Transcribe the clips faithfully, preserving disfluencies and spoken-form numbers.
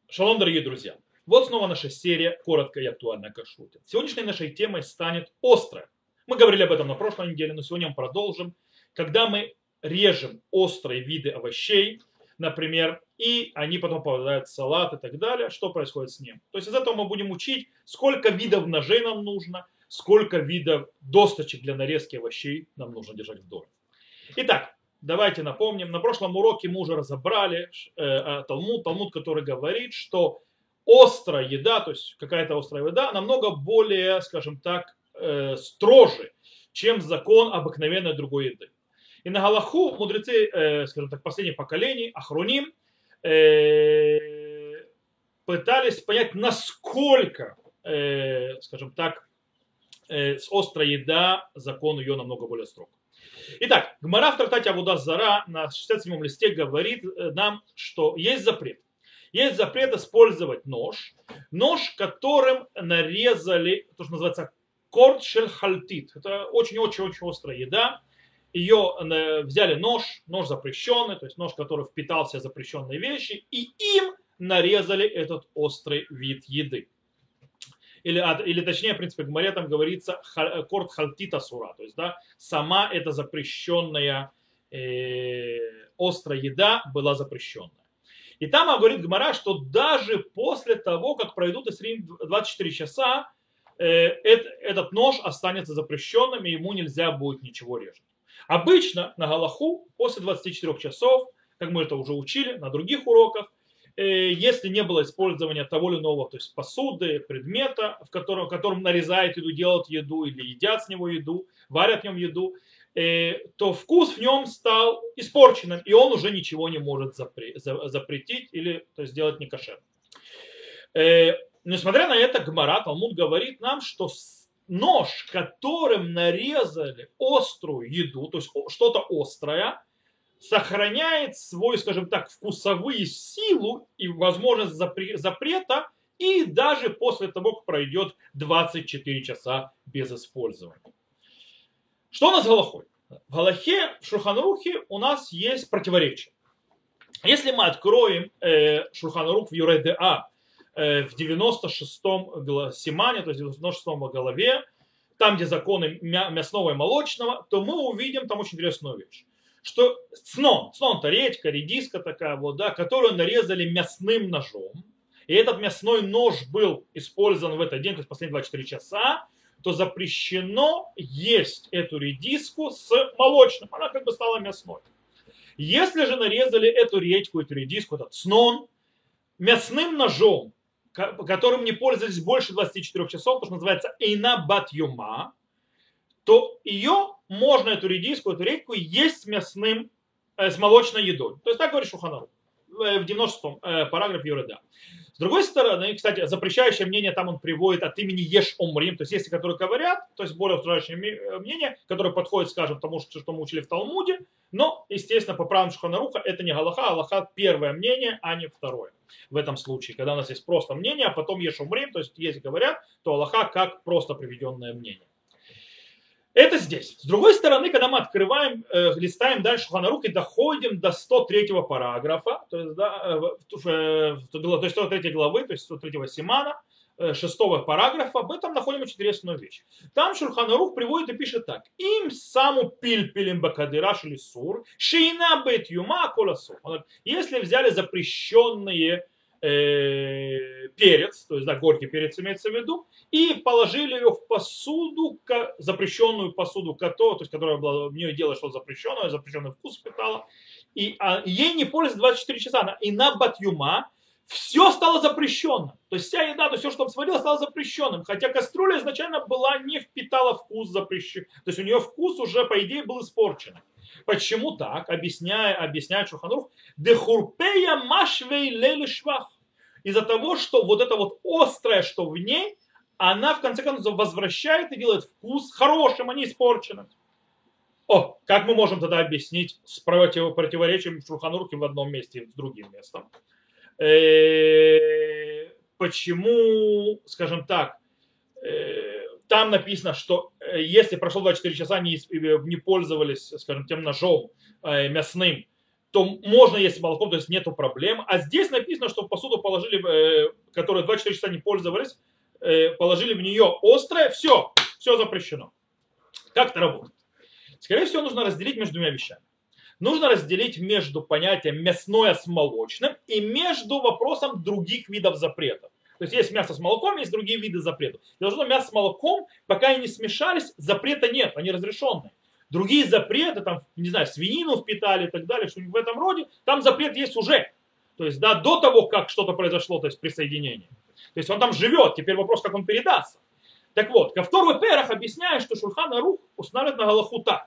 Шалом, дорогие друзья! Вот снова наша серия «Коротко и актуально о кашруте». Сегодняшней нашей темой станет острое. Мы говорили об этом на прошлой неделе, но сегодня мы продолжим. Когда мы режем острые виды овощей, например, и они потом попадают в салат и так далее, что происходит с ним. То есть из этого мы будем учить, сколько видов ножей нам нужно, сколько видов досточек для нарезки овощей нам нужно держать в доме. Итак, давайте напомним, на прошлом уроке мы уже разобрали э, Талмуд, Талмуд, который говорит, что острая еда, то есть какая-то острая еда, намного более, скажем так, э, строже, чем закон обыкновенной другой еды. И на Галаху мудрецы, э, скажем так, последних поколений, Ахроним, э, пытались понять, насколько, э, скажем так, э, острая еда, закон ее намного более строг. Итак, Гмара в трактате Авода Зара на шестьдесят седьмом листе говорит нам, что есть запрет. Есть запрет использовать нож, нож, которым нарезали, то, что называется корт шель хальтит. Это очень-очень-очень острая еда. Ее взяли нож, нож запрещенный, то есть нож, который впитал в себя запрещенные вещи, и им нарезали этот острый вид еды. Или, или точнее, в принципе, в Гмаре там говорится корт хальтита сура, то есть да, сама эта запрещенная э, острая еда была запрещенная. И там говорит Гмара, что даже после того, как пройдут двадцать четыре часа, э, этот, этот нож останется запрещенным, и ему нельзя будет ничего резать. Обычно на Галаху после двадцати четырёх часов, как мы это уже учили на других уроках, если не было использования того или иного, то есть посуды, предмета, в котором, в котором нарезают еду, делают еду или едят с него еду, варят в нем еду, то вкус в нем стал испорченным, и он уже ничего не может запретить или то есть, сделать некошерным. Несмотря на это, Гмара, Талмуд говорит нам, что нож, которым нарезали острую еду, то есть что-то острое, сохраняет свой, скажем так, вкусовую силу и возможность запрета и даже после того, как пройдет двадцать четыре часа без использования. Что у нас с Галахой? В Галахе, в Шулхан Арухе у нас есть противоречие. Если мы откроем э, Шулхан Арух в Юрей Деа э, в девяносто шестом симане, то есть в девяносто шестом главе, там, где законы мясного и молочного, то мы увидим там очень интересную вещь. Что цнон, цнон-то редька, редиска такая вот, да, которую нарезали мясным ножом, и этот мясной нож был использован в этот день, то есть последние двадцать четыре часа, то запрещено есть эту редиску с молочным, она как бы стала мясной. Если же нарезали эту редьку, эту редиску, этот цнон, мясным ножом, которым не пользовались больше двадцати четырёх часов, то, что называется эйна бат юма, то ее можно, эту редиску, эту редьку, есть с мясным, э, с молочной едой. То есть так говорит Шулхан Арух в девяносто шестом э, параграфе Юрей Деа. С другой стороны, кстати, запрещающее мнение там он приводит от имени Еш Омрим, то есть есть, которые говорят, то есть более устраивающее мнение, которое подходит, скажем, тому, что мы учили в Талмуде, но, естественно, по правилам Шулхан Аруха это не галаха, а галаха первое мнение, а не второе. В этом случае, когда у нас есть просто мнение, а потом Еш Омрим, то есть если говорят, то галаха как просто приведенное мнение. Это здесь. С другой стороны, когда мы открываем, э, листаем дальше Шулхан Арух и доходим до сто третьего параграфа, то есть, да, э, то есть сто третьей главы, то есть сто третьего симана, э, шестого параграфа, об этом находим очень интересную вещь. Там Шулхан Арух приводит и пишет так. Им саму пильпилим бакадираш или сур, шейна бет юма коласу. Если взяли запрещенные Э, перец, то есть да, горький перец имеется в виду, и положили ее в посуду, запрещенную посуду, то есть, которая была, в нее делала что-то запрещенное, запрещенный вкус впитала, и а, ей не пользуется двадцать четыре часа, и на батюма все стало запрещенным. То есть вся еда, то есть все, что там сварилось, стало запрещенным, хотя кастрюля изначально была не впитала вкус запрещенный, то есть у нее вкус уже, по идее, был испорчен. Почему так? Объясняя, объясняет Шулхан Арух, дехурпея машвей лели швах. Из-за того, что вот это вот острое, что в ней, она в конце концов возвращает и делает вкус хорошим, а не испорченным. О, как мы можем тогда объяснить с противоречием Шулхан Арухе в одном месте и с другим местом? Почему, скажем так, там написано, что если прошло двадцать четыре часа, не, не пользовались, скажем, тем ножом мясным, то можно есть с молоком, то есть нету проблем. А здесь написано, что в посуду положили, э, которые двадцать четыре часа не пользовались, э, положили в нее острое, все, все запрещено. Как это работает? Скорее всего, нужно разделить между двумя вещами. Нужно разделить между понятием мясное с молочным и между вопросом других видов запретов. То есть есть мясо с молоком, есть другие виды запретов. Должно мясо с молоком, пока они не смешались, запрета нет, они разрешенные. Другие запреты, там, не знаю, свинину впитали и так далее, что-нибудь в этом роде, там запрет есть уже. То есть, да, до того, как что-то произошло, то есть присоединение. То есть он там живет, теперь вопрос, как он передастся. Так вот, Кавтор Перах объясняет, что Шульхан Арух устанавливает на Галаху так,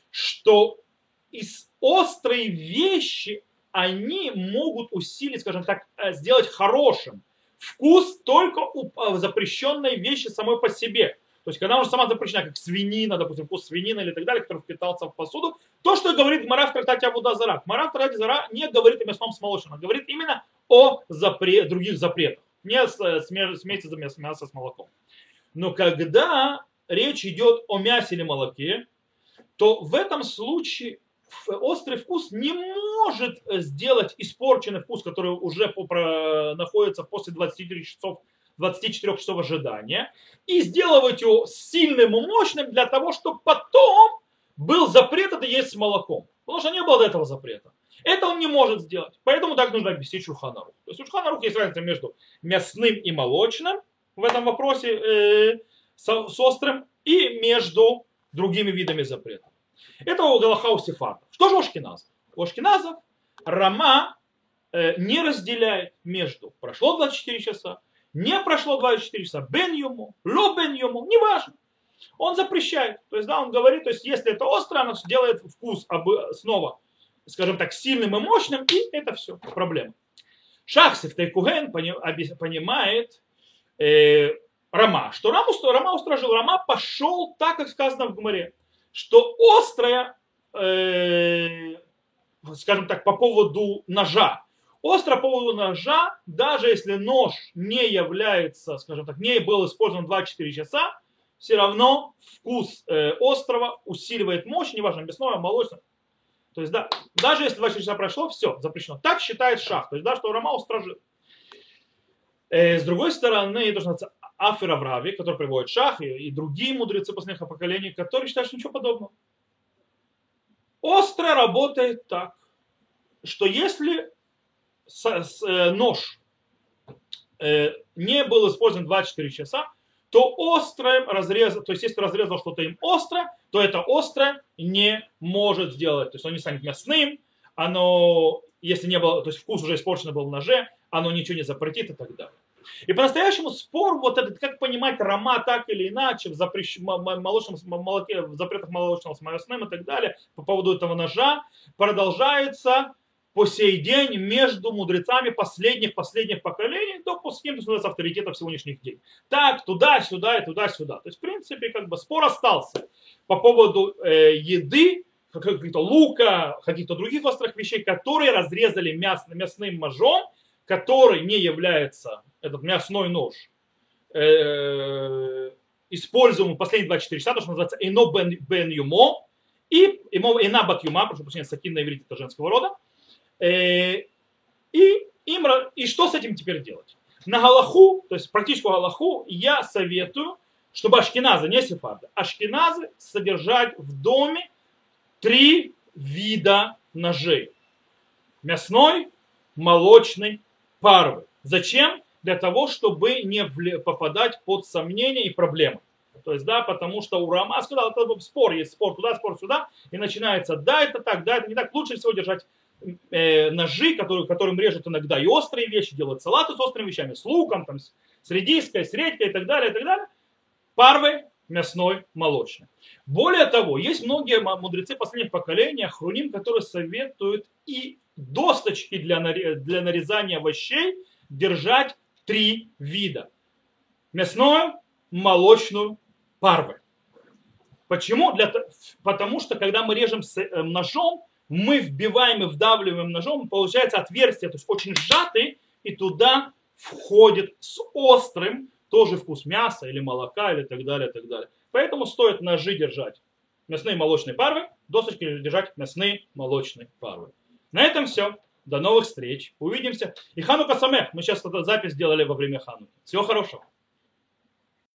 что из острые вещи они могут усилить, скажем так, сделать хорошим вкус только у запрещенной вещи самой по себе. То есть, когда уже сама запрещена, как свинина, допустим, вкус свинины или так далее, который впитался в посуду, то, что говорит Гмара в трактате Авуда Зара. Гмара в трактате Зара не говорит о мясном с молочным, а говорит именно о запрет, других запретах. Не смейте за мясо с молоком. Но когда речь идет о мясе или молоке, то в этом случае острый вкус не может сделать испорченный вкус, который уже находится после двадцати четырёх часов, двадцати четырёх часов ожидания, и сделать его сильным и мощным для того, чтобы потом был запрет это есть с молоком. Потому что не было до этого запрета. Это он не может сделать. Поэтому так нужно объяснить Шульхан Арух. То есть у Шульхан Арух есть разница между мясным и молочным в этом вопросе э, с, с острым и между другими видами запретов. Это у Галаха у сефардов. Что же у ашкеназов? У ашкеназов Рама э, не разделяет между прошло двадцать четыре часа, не прошло двадцать четыре часа, бен йому, ло бен йому, неважно. Он запрещает. То есть, да, он говорит, то есть, если это острое, оно делает вкус снова, скажем так, сильным и мощным, и это все, проблема. Шахсев Тайкуген понимает э, Рама, что Рама, Рама устражил, Рама пошел так, как сказано в Гмаре, что острое, э, скажем так, по поводу ножа, остро по поводу ножа, даже если нож не является, скажем так, не был использован двадцать четыре часа, все равно вкус э, острого усиливает мощь, неважно, мясное, молочное. То есть, да, даже если двадцать четыре часа прошло, все, запрещено. Так считает Шах. То есть, да, что Рама устражил. Э, с другой стороны, то, что называется Афер Аврави, который приводит Шах, и, и другие мудрецы последних поколений, которые считают, что ничего подобного. Остро работает так, что если с, с, э, нож э, не был использован двадцать четыре часа, то острым разрезом, то есть если разрезал что-то им остро, то это острое не может сделать. То есть оно не станет мясным, оно, если не было, то есть вкус уже испорчен был в ноже, оно ничего не запретит и так далее. И по-настоящему спор, вот этот, как понимать Рама так или иначе, в, запрещ... молочном молоке, в запретах молочного с мясным и так далее, по поводу этого ножа, продолжается по сей день между мудрецами последних-последних поколений до пуским авторитетов сегодняшних дней. Так, туда-сюда и туда-сюда. То есть, в принципе, как бы спор остался по поводу э, еды, каких-то лука, каких-то других острых вещей, которые разрезали мяс, мясным ножом, который не является, этот мясной нож, э, используемым в последние двадцать четыре часа, то, что называется «эно бен, бен юмо», и «эна бат юма», прошу прощения, сакин на иврите, это женского рода. И, им, и что с этим теперь делать? На Галаху, то есть практическую Галаху, я советую, чтобы ашкеназы, не сефарды, ашкеназы содержать в доме три вида ножей. Мясной, молочный, паровый. Зачем? Для того, чтобы не попадать под сомнения и проблемы. То есть, да, потому что у Рама сказал, это спор, есть спор туда, спор сюда, и начинается, да, это так, да, это не так, лучше всего держать э, ножи, которые, которым режут иногда и острые вещи, делают салаты с острыми вещами, с луком, там, с, с редиской, с редькой и так далее, и так далее. Парвы, мясной, молочный. Более того, есть многие мудрецы последних поколений, хруним, которые советуют и досточки для, для нарезания овощей держать три вида. Мясную, молочную, парвы. Почему? Для, потому что когда мы режем с э, ножом, мы вбиваем и вдавливаем ножом, получается отверстие, то есть очень сжатый, и туда входит с острым тоже вкус мяса или молока или так далее, так далее. Поэтому стоит ножи держать мясные молочные парвы, досочки держать мясные молочные парвы. На этом все. До новых встреч. Увидимся. И Ханука Самех. Мы сейчас эту запись сделали во время Хануки. Всего хорошего.